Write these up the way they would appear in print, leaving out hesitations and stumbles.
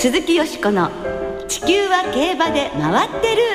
鈴木よしこの地球は競馬で回ってる。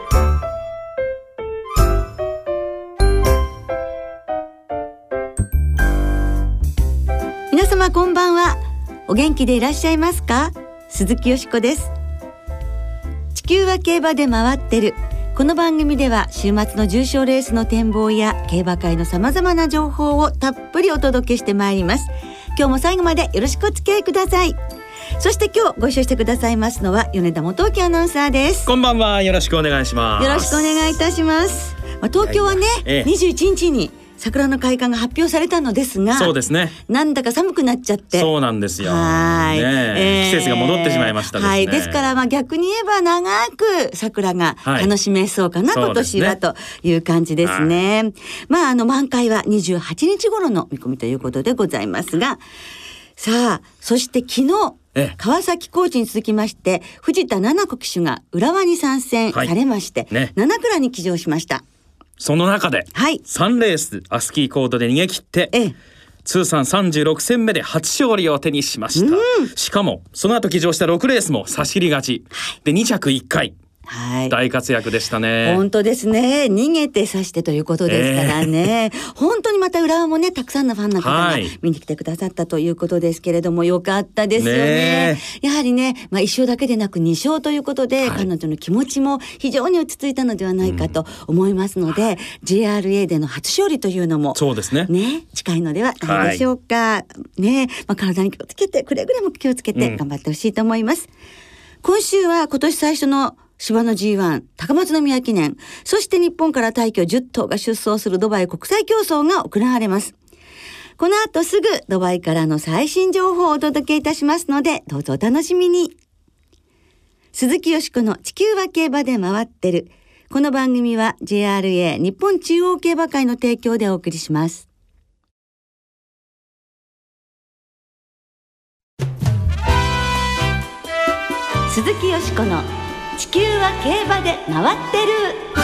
皆様こんばんは。お元気でいらっしゃいますか？鈴木よしこです。地球は競馬で回ってる。この番組では週末の重賞レースの展望や競馬界のさまざまな情報をたっぷりお届けしてまいります。今日も最後までよろしくお付き合いください。そして今日ご一緒してくださいますのは米田元樹アナウンサーです。 こんばんは、よろしくお願いします。 よろしくお願いいたします。東京はね、21日に桜の開花が発表されたのですが、 そうですね、 なんだか寒くなっちゃって。 そうなんですよ。 はい、 季節が戻ってしまいましたですね。 はい、ですから逆に言えば長く桜が楽しめそうかな、今年はという感じですね。満開は28日頃の見込みということでございますが、さあそして昨日川崎コーチに続きまして藤田七子騎手が浦和に参戦されまして、7倉に騎乗しました。 その中で3レースアスキーコートで逃げ切って、通算36戦目で初勝利を手にしました。しかもその後騎乗した6レースも差し切り勝ち、で2着1回、大活躍でしたね。 本当ですね。逃げて刺してということですからね、本当にまた浦和もねたくさんのファンの方が見に来てくださったということですけれども、よかったですよね。やはりね、1勝だけでなく2勝ということで、彼女の気持ちも非常に落ち着いたのではないかと思いますので、JRA での初勝利というのもそうですね、 近いのではないでしょうか。体に気をつけて、くれぐれも気をつけて頑張ってほしいと思います。今週は今年最初の芝の G1 高松宮記念、そして日本から大挙10頭が出走するドバイ国際競争が行われます。この後すぐドバイからの最新情報をお届けいたしますので、どうぞお楽しみに。鈴木よしこの地球は競馬で回ってる。この番組は JRA 日本中央競馬会の提供でお送りします。鈴木よしこの地球は競馬で回ってる。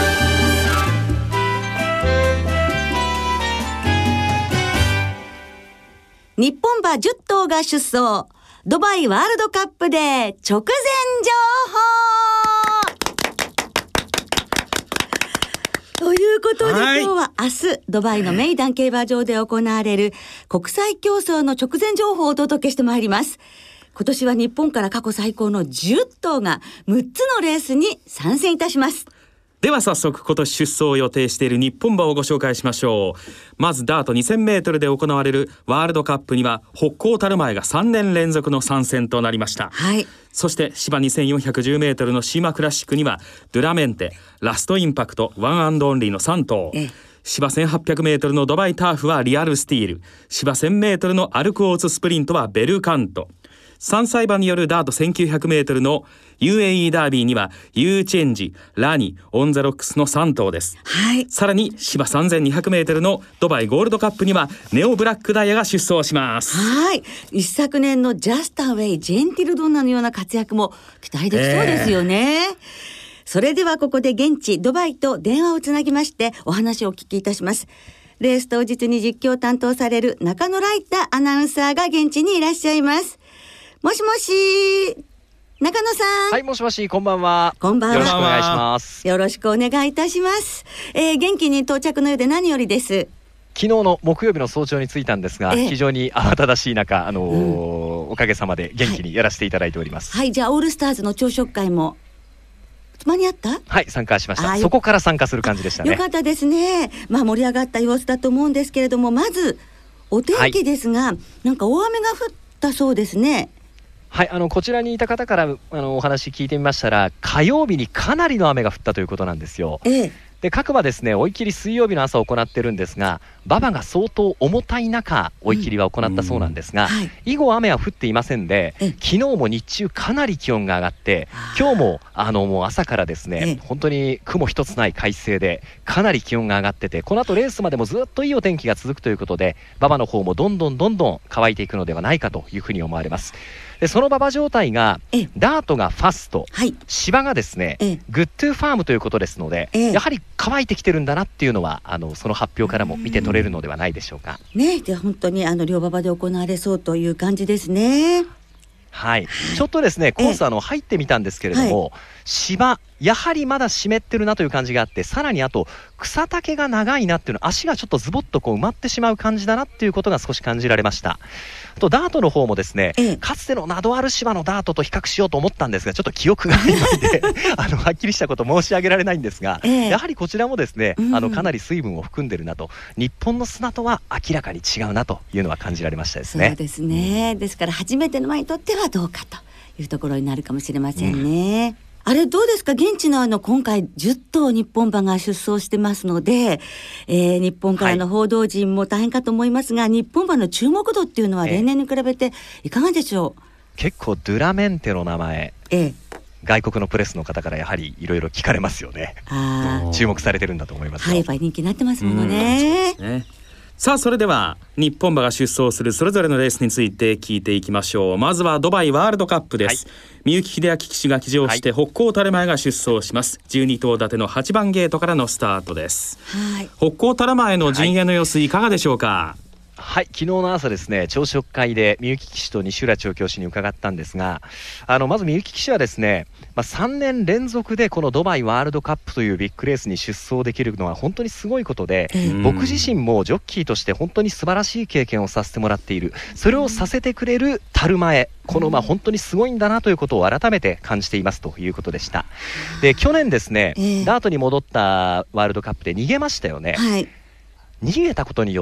日本馬10頭が出走、ドバイワールドカップで直前情報。ということで、今日は明日ドバイのメイダン競馬場で行われる国際競争の直前情報をお届けしてまいります。今年は日本から過去最高の10頭が6つのレースに参戦いたします。 では早速今年出走を予定している日本馬をご紹介しましょう。まずダート 2000m で行われるワールドカップには北高たる前が3年連続の参戦となりました。そして芝 2410m のシーマクラシックにはドゥラメンテ、ラストインパクト、ワンアンドオンリーの3頭、芝 1800m のドバイターフはリアルスティール、芝 1000m のアルクオーツスプリントはベルカント、3歳馬によるダート 1900m の UAE ダービーにはユーチェンジ、ラニ、オンザロックスの3頭です。さらに芝 3200m のドバイゴールドカップにはネオブラックダイヤが出走します。 一昨年のジャスタウェイ、ジェンティルドンナのような活躍も期待できそうですよね。それではここで現地ドバイと電話をつなぎましてお話をお聞きいたします。レース当日に実況を担当される中野ライタアナウンサーが現地にいらっしゃいます。もしもし、中野さん。 はい、もしもし、こんばんは。 こんばんは。 よろしくお願いします。 よろしくお願いいたします。元気に到着のようで何よりです。 昨日の木曜日の早朝に着いたんですが、非常に慌ただしい中、おかげさまで元気にやらせていただいております。 じゃあオールスターズの朝食会も間に合った？ 参加しました。そこから参加する感じでしたね。 よかったですね。盛り上がった様子だと思うんですけれども、まずお天気ですが、なんか大雨が降ったそうですね。 こちらにいた方からお話聞いてみましたら、火曜日にかなりの雨が降ったということなんですよ。で各馬ですね、追い切り水曜日の朝行ってるんですが、馬場が相当重たい中追い切りは行ったそうなんですが、以後雨は降っていませんで、昨日も日中かなり気温が上がって、今日ももう朝からですね、本当に雲一つない快晴でかなり気温が上がってて、この後レースまでもずっといいお天気が続くということで、馬場の方もどんどん乾いていくのではないかというふうに思われます。でその馬場状態がダートがファスト、芝がですねグッドファームということですので、やはり乾いてきてるんだなっていうのはその発表からも見て取れるのではないでしょうか。 で本当に両馬場で行われそうという感じですね。 はい、ちょっとですねコース入ってみたんですけれども、芝やはりまだ湿ってるなという感じがあって、さらにあと草丈が長いなっていうの、足がちょっとズボッと埋まってしまう感じだなっていうことが少し感じられました。あとダートの方もですね、かつてのナドアル芝のダートと比較しようと思ったんですが、ちょっと記憶が曖昧ではっきりしたこと申し上げられないんですが、やはりこちらもですねかなり水分を含んでるなと、日本の砂とは明らかに違うなというのは感じられましたですね。 そうですね、ですから初めての馬にとってはどうかというところになるかもしれませんね。あれどうですか、現地の今回10頭日本馬が出走してますので、日本からの報道陣も大変かと思いますが、日本馬の注目度っていうのは例年に比べていかがでしょう。 結構ドゥラメンテの名前、外国のプレスの方からやはりいろいろ聞かれますよね。注目されてるんだと思いますよ。 やっぱり人気になってますものね。 さあそれでは日本馬が出走するそれぞれのレースについて聞いていきましょう。まずはドバイワールドカップです。三幸秀明騎手が騎乗して、北高垂前が出走します。12頭立ての8番ゲートからのスタートです。北高垂前の陣営の様子いかがでしょうか。 昨日の朝ですね、朝食会で三幸騎手と西浦調教師に伺ったんですが、まず三幸騎手はですね、3年連続でこのドバイワールドカップというビッグレースに出走できるのは本当にすごいことで、僕自身もジョッキーとして本当に素晴らしい経験をさせてもらっている。それをさせてくれる垂前、この馬本当にすごいんだなということを改めて感じていますということでした。で去年ですね、ダートに戻ったワールドカップで逃げましたよね。逃げたことによって、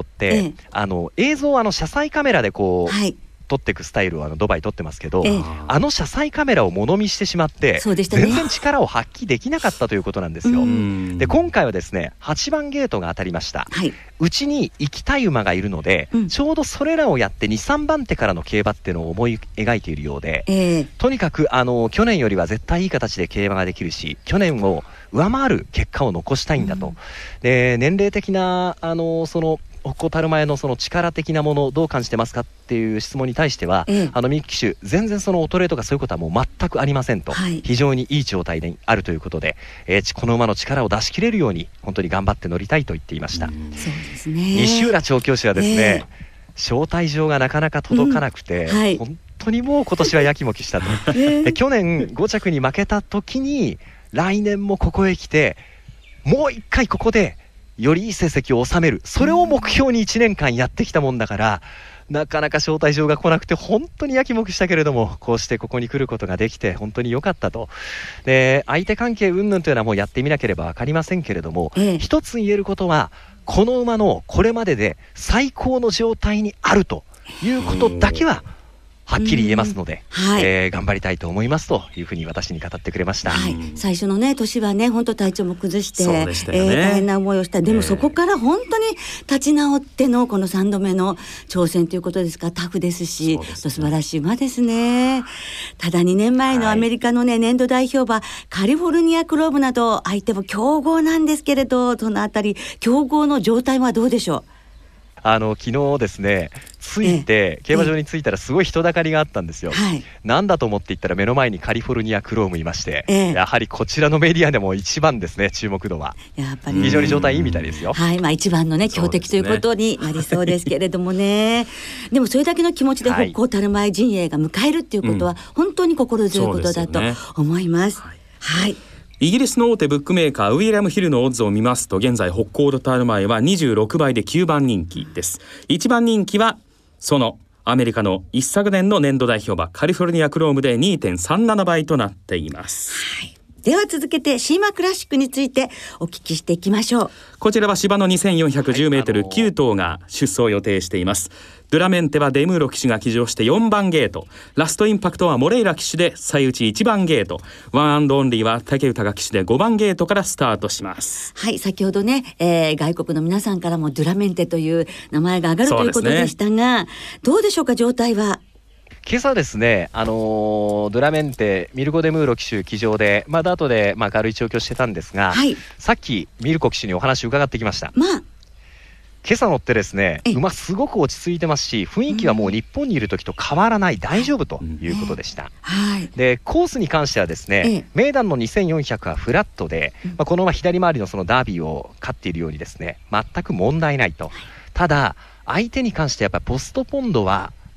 映像を車載カメラでこう、撮っていくスタイルをドバイ撮ってますけど、車載カメラを物見してしまって全然力を発揮できなかったということなんですよ。で今回はですね8番ゲートが当たりました。うちに行きたい馬がいるので、ちょうどそれらをやって2、3番手からの競馬っていうのを思い描いているようで、とにかく去年よりは絶対いい形で競馬ができるし、去年を上回る結果を残したいんだと。で年齢的なその北高垂前のその力的なものをどう感じてますかっていう質問に対しては、三幸騎手全然その衰えとかそういうことはもう全くありませんと、非常にいい状態にあるということで、この馬の力を出し切れるように本当に頑張って乗りたいと言っていました。 そうですね。 西浦調教師はですね、招待状がなかなか届かなくて、本当にもう今年はやきもきしたと。去年5着に負けた時に来年もここへ来てもう一回ここでよりいい成績を収める、それを目標に1年間やってきたもんだから、なかなか招待状が来なくて本当にやきもきしたけれども、こうしてここに来ることができて本当に良かったと。で相手関係云々というのはもうやってみなければ分かりませんけれども、一つ言えることはこの馬のこれまでで最高の状態にあるということだけははっきり言えますので、頑張りたいと思いますというふうに私に語ってくれました。 最初のね年はね本当体調も崩して、大変な思いをした。でもそこから本当に立ち直ってのこの3度目の挑戦ということですから、タフですし素晴らしい馬ですね。ただ2年前のアメリカのね、年度代表馬カリフォルニアクローブなど相手も強豪なんですけれど、そのあたり強豪の状態はどうでしょう。 昨日ですね着いて、競馬場に着いたらすごい人だかりがあったんですよ。なんだと思って行ったら目の前にカリフォルニアクロームいまして、やはりこちらのメディアでも一番ですね、注目度はやっぱり非常に状態いいみたいですよ。 一番のね強敵ということになりそうですけれどもね。でもそれだけの気持ちで北高垂前陣営が迎えるっていうことは、本当に心強いことだと思います。 イギリスの大手ブックメーカーウィリアムヒルのオッズを見ますと、現在北高垂前は26倍で9番人気です。1番人気はそのアメリカの一昨年の年度代表馬カリフォルニアクロームで 2.37 倍となっています。 では続けてシーマクラシックについてお聞きしていきましょう。 こちらは芝の2410メートル9頭が出走を予定しています。ドゥラメンテはデムーロ騎手が騎乗して4番ゲート、ラストインパクトはモレイラ騎手で最内1番ゲート、ワンアンドオンリーは武豊騎手で5番ゲートからスタートします。 先ほどね、外国の皆さんからもドゥラメンテという名前が挙がるということでしたが、どうでしょうか状態は。 今朝ですね、ドラメンテミルコ・デムーロ騎手騎乗で、ダートで軽い調教してたんですが、さっきミルコ騎手にお話伺ってきました。今朝乗ってですね、馬すごく落ち着いてますし、雰囲気はもう日本にいる時と変わらない、大丈夫ということでした。でコースに関してはですね、名段の2400はフラットで、この馬左回りのそのダービーを勝っているようにですね、全く問題ないと。ただ相手に関してやっぱりポストポンドは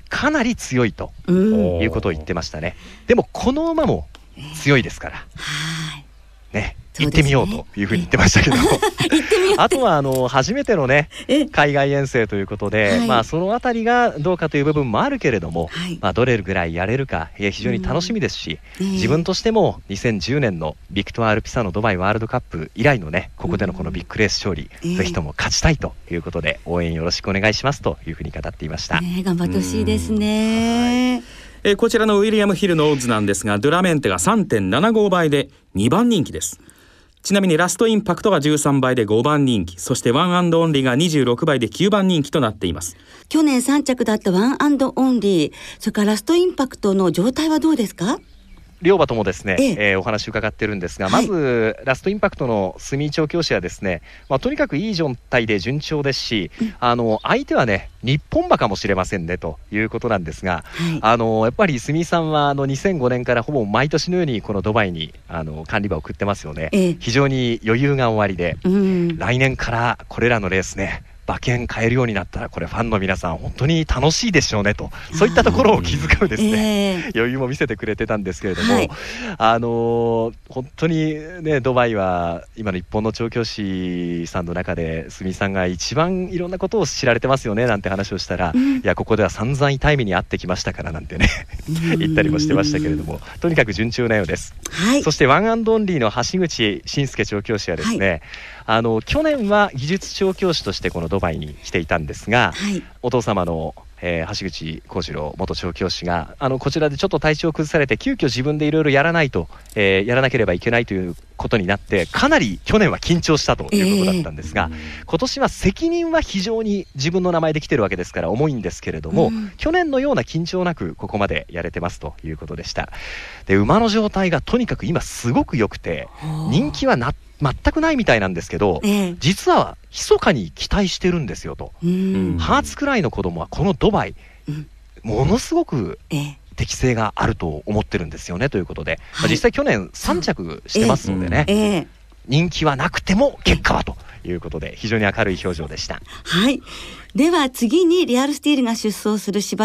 かなり強いということを言ってましたね。でもこの馬も強いですから、ね、行ってみようというふうに言ってましたけどあとは初めてのね海外遠征ということで、そのあたりがどうかという部分もあるけれども、どれぐらいやれるか非常に楽しみですし、自分としても2010年のビクトワール・ピサのドバイワールドカップ以来のねここでのこのビッグレース勝利、ぜひとも勝ちたいということで応援よろしくお願いしますというふうに語っていました。 頑張ってほしいですね。 こちらのウィリアムヒルのオッズなんですが、ドゥラメンテが 3.75 倍で2番人気です。ちなみにラストインパクトが13倍で5番人気、そしてワンアンドオンリーが26倍で9番人気となっています。 去年3着だったワンアンドオンリー、それからラストインパクトの状態はどうですか？ 両馬ともですね、お話伺ってるんですが、まずラストインパクトの住井調教師はですね、とにかくいい状態で順調ですし、相手はね日本馬かもしれませんねということなんですが、やっぱり住井さんは2005年からほぼ毎年のようにこのドバイに管理馬を送ってますよね。非常に余裕がおありで、来年からこれらのレースね馬券買えるようになったらこれファンの皆さん本当に楽しいでしょうねと、そういったところを気遣うですね、余裕も見せてくれてたんですけれども、本当にねドバイは今の日本の調教師さんの中で住井さんが一番いろんなことを知られてますよねなんて話をしたら、いやここでは散々痛い目に遭ってきましたからなんてね言ったりもしてましたけれども、とにかく順調なようです。そしてワンアンドオンリーの橋口慎介調教師はですね、去年は技術調教師としてこのドバイに来ていたんですが、お父様の、橋口幸次郎元調教師がこちらでちょっと体調を崩されて急遽自分でいろいろやらないと、やらなければいけないということになってかなり去年は緊張したということだったんですが、今年は責任は非常に自分の名前で来てるわけですから重いんですけれども、去年のような緊張なくここまでやれてますということでした。で馬の状態がとにかく今すごく良くて人気は全くないみたいなんですけど、実は密かに期待してるんですよと。ハーツくらいの子供はこのドバイ、ものすごく適性があると思ってるんですよねということで、実際去年3着してますのでね、人気はなくても結果はということで非常に明るい表情でした。 では次にリアルスティールが出走する芝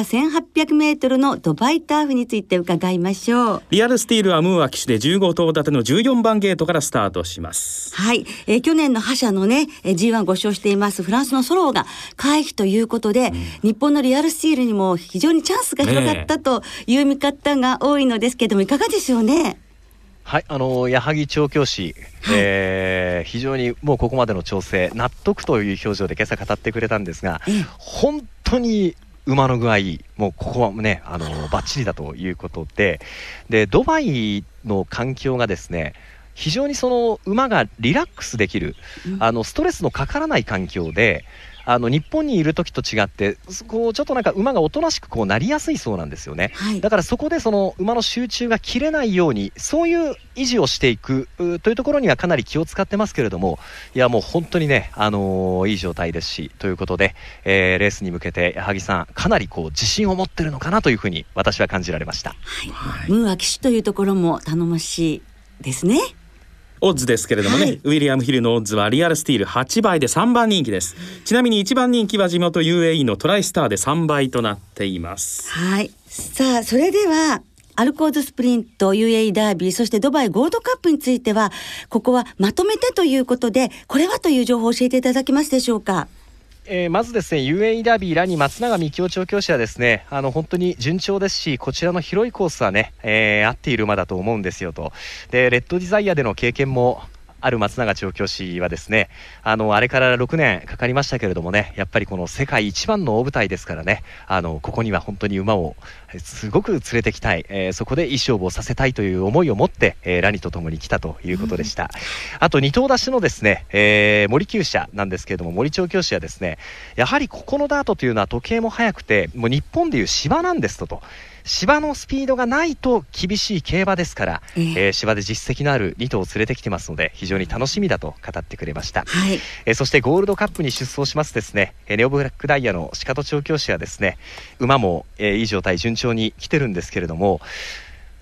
1800m のドバイターフについて伺いましょう。 リアルスティールはムーア騎手で15頭立ての14番ゲートからスタートします。 去年の覇者のね G1 5勝していますフランスのソローが回避ということで、日本のリアルスティールにも非常にチャンスが広がったという見方が多いのですけども、いかがでしょうね。 矢作調教師、非常にもうここまでの調整納得という表情で今朝語ってくれたんですが、本当に馬の具合もうここはねバッチリだということで、ドバイの環境がですね非常にその馬がリラックスできる、ストレスのかからない環境で日本にいる時と違ってこうちょっとなんか馬がおとなしくこうなりやすいそうなんですよね。だからそこでその馬の集中が切れないようにそういう維持をしていくというところにはかなり気を使ってますけれども、いやもう本当にねいい状態ですしということで、レースに向けて矢作さんかなりこう自信を持ってるのかなというふうに私は感じられました。 ムーア騎手というところも頼もしいですね。 オッズですけれどもね、ウィリアムヒルのオッズはリアルスティール8倍で3番人気です。ちなみに1番人気は地元 UAE のトライスターで3倍となっています。 さあそれではアルコーズスプリント UAE ダービーそしてドバイゴールドカップについてはここはまとめてということで、これはという情報を教えていただけますでしょうか。 まずですね UAE ダービーラニ松永幹夫調教師はですね本当に順調ですし、こちらの広いコースはね、合っている馬だと思うんですよと。でレッドディザイアでの経験もある松永調教師はですねあれから6年かかりましたけれどもね、やっぱりこの世界一番の大舞台ですからねここには本当に馬をすごく連れてきたい、そこでいい勝負をさせたいという思いを持って、ラニと共に来たということでした。あと2頭出しのですね、森厩舎なんですけれども、森調教師はですねやはりここのダートというのは時計も速くてもう日本でいう芝なんですと。芝のスピードがないと厳しい競馬ですから、芝で実績のある2頭を連れてきてますので非常に楽しみだと語ってくれました。そしてゴールドカップに出走しますですねネオブラックダイヤの鹿戸調教師はですね馬も、いい状態順調に来てるんですけれども、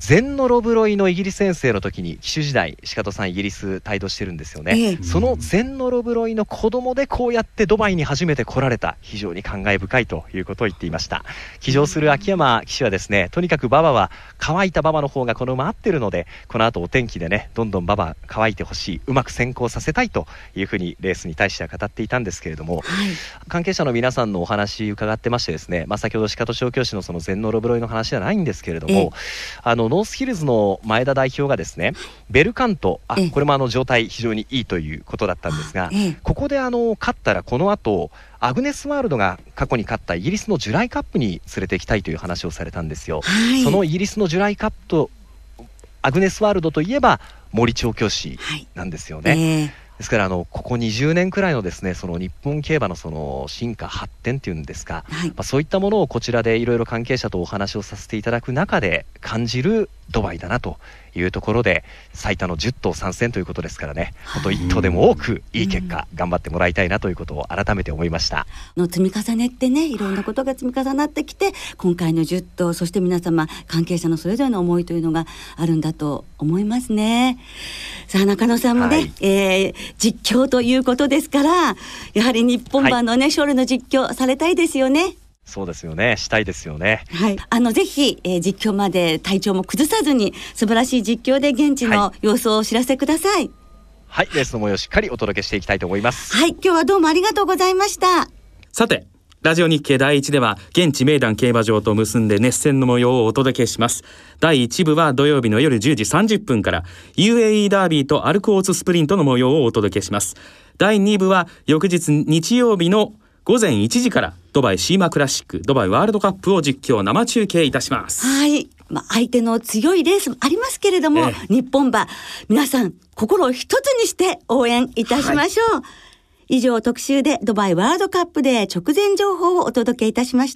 ゼンノロブロイのイギリス遠征の時に騎手時代鹿戸さんイギリス帯同してるんですよね、そのゼンノロブロイの子供でこうやってドバイに初めて来られた、非常に感慨深いということを言っていました。騎乗する秋山騎手はですね、とにかく馬場は乾いた馬場の方がこの馬合ってるので、この後お天気でねどんどん馬場乾いてほしい、うまく先行させたいというふうにレースに対しては語っていたんですけれども、関係者の皆さんのお話伺ってましてですね、先ほど鹿戸調教師のそのゼンノロブロイの話じゃないんですけれども、ノースヒルズの前田代表がですね、ベルカント、これも状態非常にいいということだったんですが、ここで勝ったらこの後アグネスワールドが過去に勝ったイギリスのジュライカップに連れて行きたいという話をされたんですよ、そのイギリスのジュライカップとアグネスワールドといえば森調教師なんですよね、ですからここ20年くらいのですね、その日本競馬のその進化発展っていうんですか、そういったものをこちらでいろいろ関係者とお話をさせていただく中で感じるドバイだなというところで、最多の10頭参戦ということですからね、あと1頭でも多くいい結果頑張ってもらいたいなということを改めて思いました。 の積み重ねってね、いろんなことが積み重なってきて、今回の10頭、そして皆様関係者のそれぞれの思いというのがあるんだと思いますね。さあ中野さんもね、実況ということですから、やはり日本馬のね、勝利の実況されたいですよね。 そうですよね、したいですよね。 ぜひ、実況まで体調も崩さずに素晴らしい実況で現地の様子をお知らせください。 レースの模様をしっかりお届けしていきたいと思います。 今日はどうもありがとうございました。 さてラジオ日経第1では現地名壇競馬場と結んで熱戦の模様をお届けします。第1部は土曜日の夜10時30分から UAE ダービーとアルクオーツスプリントの模様をお届けします。第2部は翌日日曜日の午前1時からドバイシーマクラシック、ドバイワールドカップを実況生中継いたします。 相手の強いレースもありますけれども、日本馬皆さん心を一つにして応援いたしましょう。以上特集でドバイワールドカップで直前情報をお届けいたしました。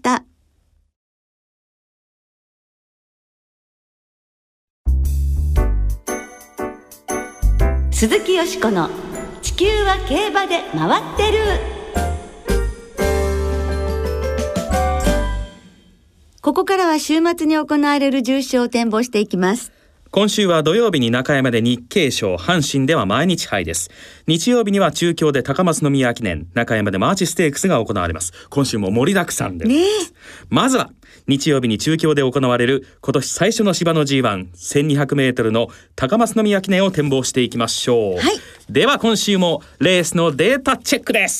鈴木よしこの地球は競馬で回ってる。ここからは週末に行われる重賞を展望していきます。 今週は土曜日に中山で日経賞、阪神では毎日杯です。日曜日には中京で高松宮記念、中山でマーチステークスが行われます。今週も盛りだくさんです、まずは日曜日に中京で行われる今年最初の芝の G1 1200メートルの高松宮記念を展望していきましょう、では今週もレースのデータチェックです。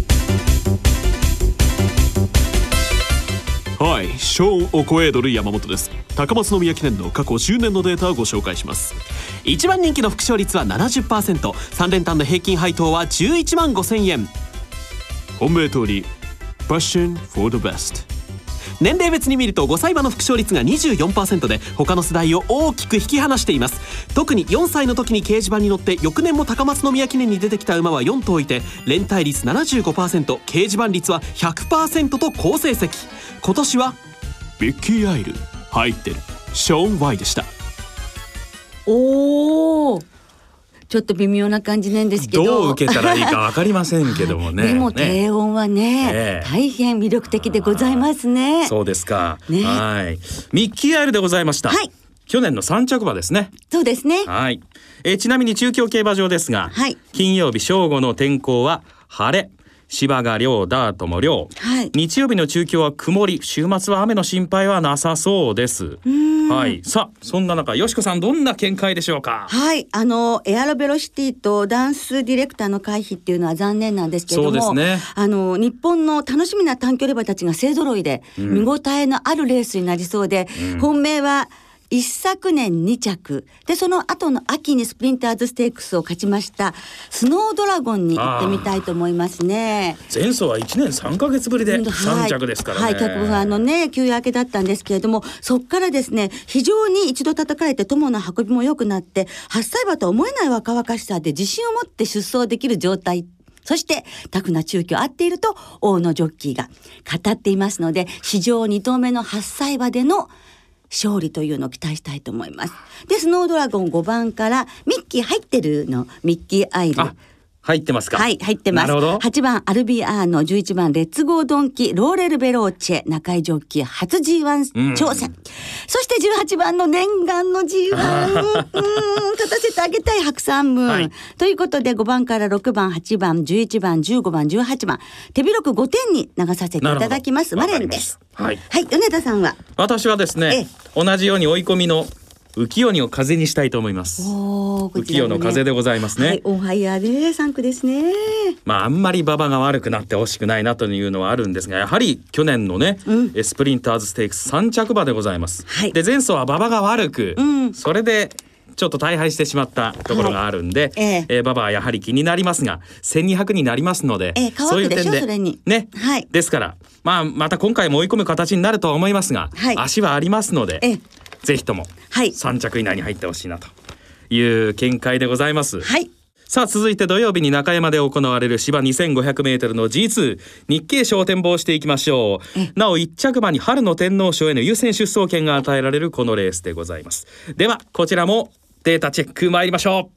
ショーン・オコエドル山本です。高松宮記念の過去10年のデータをご紹介します。1番人気の副勝率は 70%、 3連単の平均配当は11万5000円。本命通り Passion for the best。 年齢別に見ると5歳馬の副勝率が 24% で他の世代を大きく引き離しています。特に4歳の時に掲示板に乗って翌年も高松宮記念に出てきた馬は4頭いて、連帯率 75%、 掲示板率は 100% と好成績。今年はビッキーアイル入ってるショーン・ワイでした。 ちょっと微妙な感じなんですけど、 どう受けたらいいか分かりませんけどもねでも低音はね、大変魅力的でございますね。 そうですか、ミッキーアイルでございました、去年の3着馬ですね。 そうですね。 ちなみに中京競馬場ですが、金曜日正午の天候は晴れ、芝が良、ダートも良、日曜日の中京は曇り、週末は雨の心配はなさそうです。さあそんな中、よしこさんどんな見解でしょうか。 エアロベロシティとダンスディレクターの回避っていうのは残念なんですけれども、 そうですね、 日本の楽しみな短距離馬たちが勢ぞろいで、見応えのあるレースになりそうで、本命は一昨年2着で、その後の秋にスプリンターズステークスを勝ちましたスノードラゴンに行ってみたいと思いますね。 前走は1年3ヶ月ぶりで3着ですからね。 脚本の休養明けだったんですけれども、そこからですね、非常に一度叩かれて友の運びも良くなって、8歳馬とは思えない若々しさで自信を持って出走できる状態、そしてタフな中距合っていると大野ジョッキーが語っていますので、史上2頭目の8歳馬での勝利というのを期待したいと思います。でスノードラゴン5番からミッキー入ってるの、ミッキーアイル、 入ってますか。 はい、入ってます。 なるほど。 8番アルビアーノ、11番レッツゴードンキ、ローレルベローチェ、中井ジョッキー初 G1 挑戦、そして18番の念願の G1 勝たせてあげたい白山ムーン、はい、ということで5番から6番8番11番15番18番手広く5点に流させていただきます。マレンです。はい、はい、米田さんは。 私はですね、同じように追い込みの浮世にを風にしたいと思います。浮世の風でございますね。はい、 オンファイヤーで3区ですね。 あんまり馬場が悪くなってほしくないなというのはあるんですが、やはり去年のね、スプリンターズステークス3着馬でございます。はい、で前走は馬場が悪く、それでちょっと大敗してしまったところがあるんで、馬場はやはり気になりますが1200になりますので、そういう点でそれにね、はい、ですからまた今回も追い込む形になるとは思いますが、はい、足はありますので、ぜひとも3着以内に入ってほしいなという見解でございます。はい、さあ続いて土曜日に中山で行われる芝 2500m の G2 日経賞を展望していきましょう。なお1着馬に春の天皇賞への優先出走権が与えられるこのレースでございます。ではこちらもデータチェック参りましょ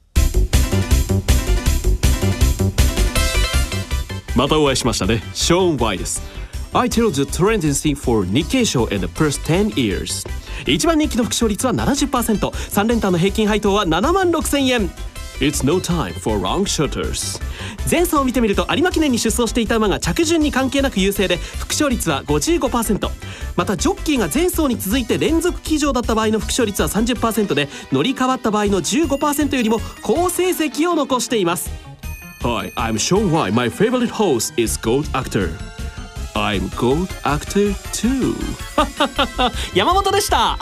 う。またお会いしましたね。ショーン・ワイです。I tell the tendency for 日経賞 in the first 10 years。1番人気の副勝率は 70%、 3連単の平均配当は76,000円。 It's no time for wrong shooters。 前走を見てみると有馬記念に出走していた馬が着順に関係なく優勢で副勝率は 55%。 またジョッキーが前走に続いて連続騎乗だった場合の副勝率は 30% で乗り換わった場合の 15% よりも好成績を残しています。 Hi, I'm Sean Why. My favorite horse is Gold Actor。I'm Gold Actor too 山本でした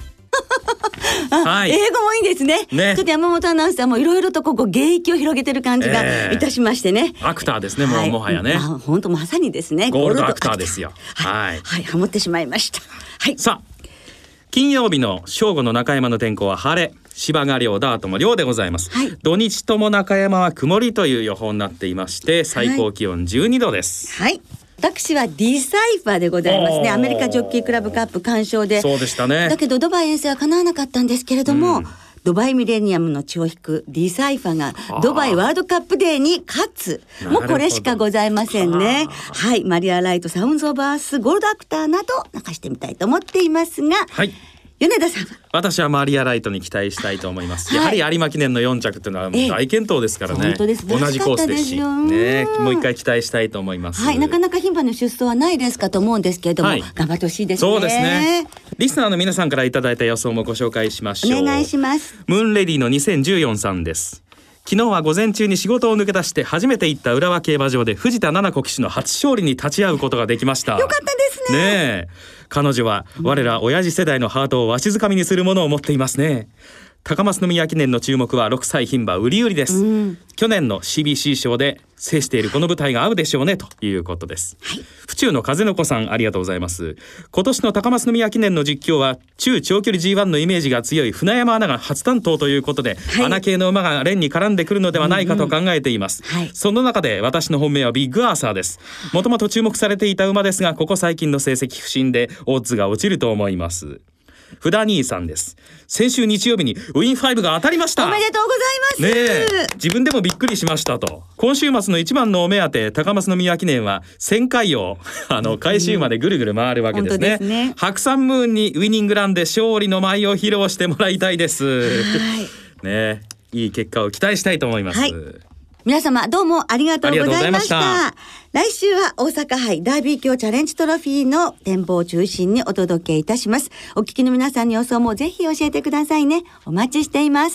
はい、英語もいいです ね。ちょっと山本アナウンサーもいろいろと芸域を広げてる感じがいたしましてね、 アクターですね、もはやね、 本当まさにですね、 ゴールドアクターですよ。 はい、ハモってしまいました。はい、 さあ金曜日の正午の中山の天候は晴れ、芝が涼、ダートも涼でございます。はい、土日とも中山は曇りという予報になっていまして、最高気温12度です。 はい、私はディサイファーでございますね。アメリカジョッキークラブカップ鑑賞で。 そうでしたね。 だけどドバイ遠征は叶わなかったんですけれども、ドバイミレニアムの血を引くディサイファーがドバイワールドカップデーに勝つ、もうこれしかございませんね。はい、マリア・ライト、サウンズ・オブ・アース、ゴールドアクターなど流してみたいと思っていますが、はい、米田さんは。 私はマリア・ライトに期待したいと思います。やはり有馬記念の4着というのは大健闘ですからね。 本当です。 同じコースですし、ね、もう一回期待したいと思います。 はい、なかなか牝馬の出走はないですかと思うんですけれども、はい、頑張ってほしいですね。 そうですね。リスナーの皆さんからいただいた予想もご紹介しましょう。 お願いします。 ムーンレディの2014さんです。昨日は午前中に仕事を抜け出して初めて行った浦和競馬場で藤田七子騎手の初勝利に立ち会うことができました。 よかったですね。 ねえ、彼女は我ら親父世代のハートをわしづかみにするものを持っていますね。高松宮記念の注目は6歳牝馬ウリウリです。去年の CBC 賞で制しているこの舞台が合うでしょうねということです。はい、府中の風の子さん、ありがとうございます。今年の高松宮記念の実況は中長距離 G1 のイメージが強い船山アナが初担当ということで、はい、アナ系の馬が連に絡んでくるのではないかと考えています。はい、その中で私の本命はビッグアーサーです。もともと注目されていた馬ですが、ここ最近の成績不振でオッズが落ちると思います。フダ兄さんです。先週日曜日にウィン5が当たりました。 おめでとうございます。 ねえ、自分でもびっくりしましたと。今週末の一番のお目当て高松宮記念は1000回を回収までぐるぐる回るわけですね。ですね。白山ムーンにウィニングランで勝利の舞を披露してもらいたいです。はい、ね、いい結果を期待したいと思います。はい、 皆様どうもありがとうございました。来週は大阪杯ダービー卿チャレンジトロフィーの展望を中心にお届けいたします。お聞きの皆さんに予想もぜひ教えてくださいね。お待ちしています。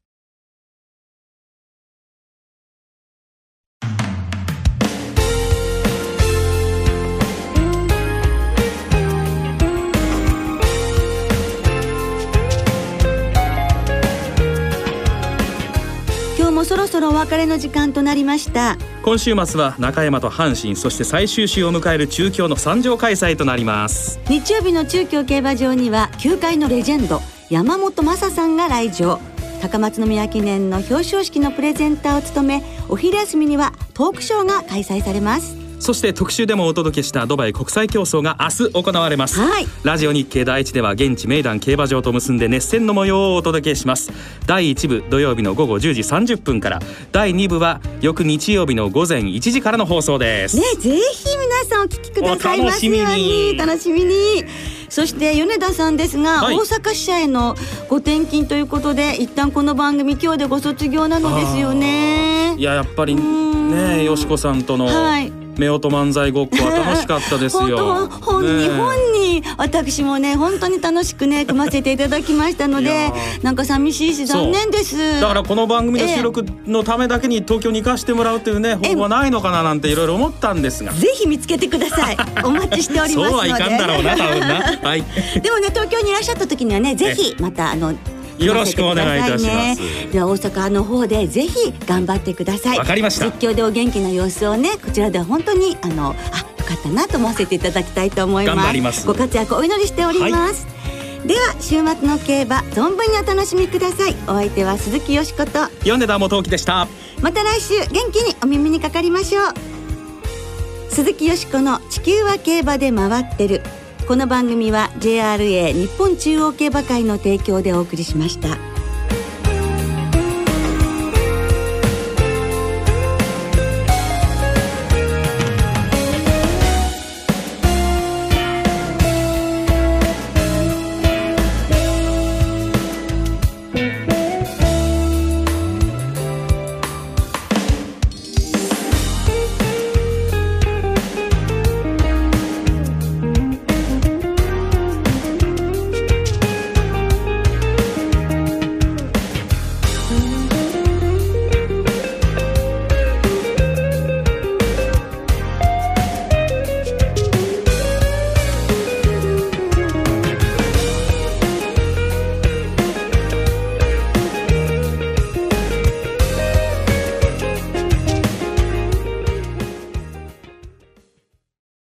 もうそろそろお別れの時間となりました。 今週末は中山と阪神、そして最終週を迎える中京の3場開催となります。 日曜日の中京競馬場には球界のレジェンド山本昌さんが来場。高松宮記念の表彰式のプレゼンターを務め、お昼休みにはトークショーが開催されます。 そして特集でもお届けしたドバイ国際競争が明日行われます、はい、ラジオ日経第一では現地メイダン競馬場と結んで熱戦の模様をお届けします。第1部土曜日の午後10時30分から、第2部は翌日曜日の午前1時からの放送です、 ね、ぜひ皆さんお聞きくださいますように。楽しみに。そして米田さんですが、はい、大阪支社へのご転勤ということで一旦この番組今日でご卒業なのですよね。 いや、やっぱりね、よしこさんとの、はい、夫婦漫才ごっこは楽しかったですよ本に私もね本当に楽しくね組ませていただきましたのでなんか寂しいし残念です。 だからこの番組の収録のためだけに東京に行かせてもらうというね方法はないのかななんていろいろ思ったんですが、 ぜひ見つけてください。お待ちしておりますので。 そうはいかんだろうな多分な、はい、 でもね東京にいらっしゃった時にはねぜひまたよろしくお願いいたします。 では大阪の方でぜひ頑張ってください。 わかりました。 実況でお元気な様子をねこちらでは本当によかったなと思わせていただきたいと思います。 頑張ります。 ご活躍お祈りしております、はい、では週末の競馬存分にお楽しみください。お相手は鈴木よしこと米田元樹でした。 また来週元気にお耳にかかりましょう。鈴木よしこの地球は競馬で回ってる。この番組は JRA 日本中央競馬会の提供でお送りしました。